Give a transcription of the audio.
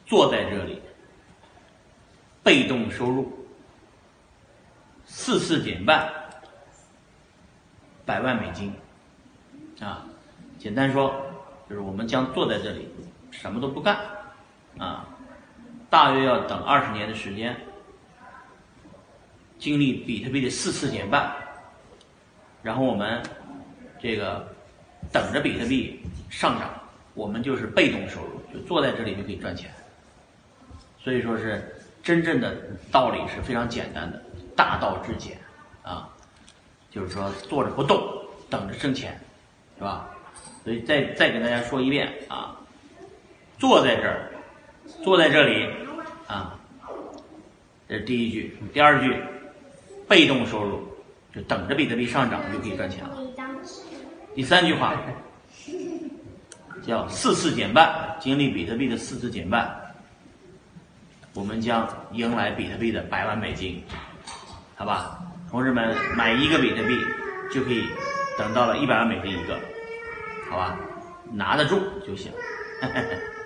坐在这里，被动收入4次减半100万美金啊。简单说，就是我们将坐在这里，什么都不干啊，大约要等20年的时间，经历比特币的4次减半，然后我们这个等着比特币上涨，我们就是被动收入，就坐在这里就可以赚钱。所以说是真正的道理是非常简单的，大道至简啊，就是说坐着不动，等着挣钱，是吧？所以再跟大家说一遍啊，坐在这儿，坐在这里啊，这是第一句。第二句，被动收入，就等着比特币上涨就可以赚钱了。第三句话叫4次减半，经历比特币的4次减半，我们将迎来比特币的100万美金，好吧？同志们，买1个比特币就可以等到了100万美金一个，好吧？拿得住就行。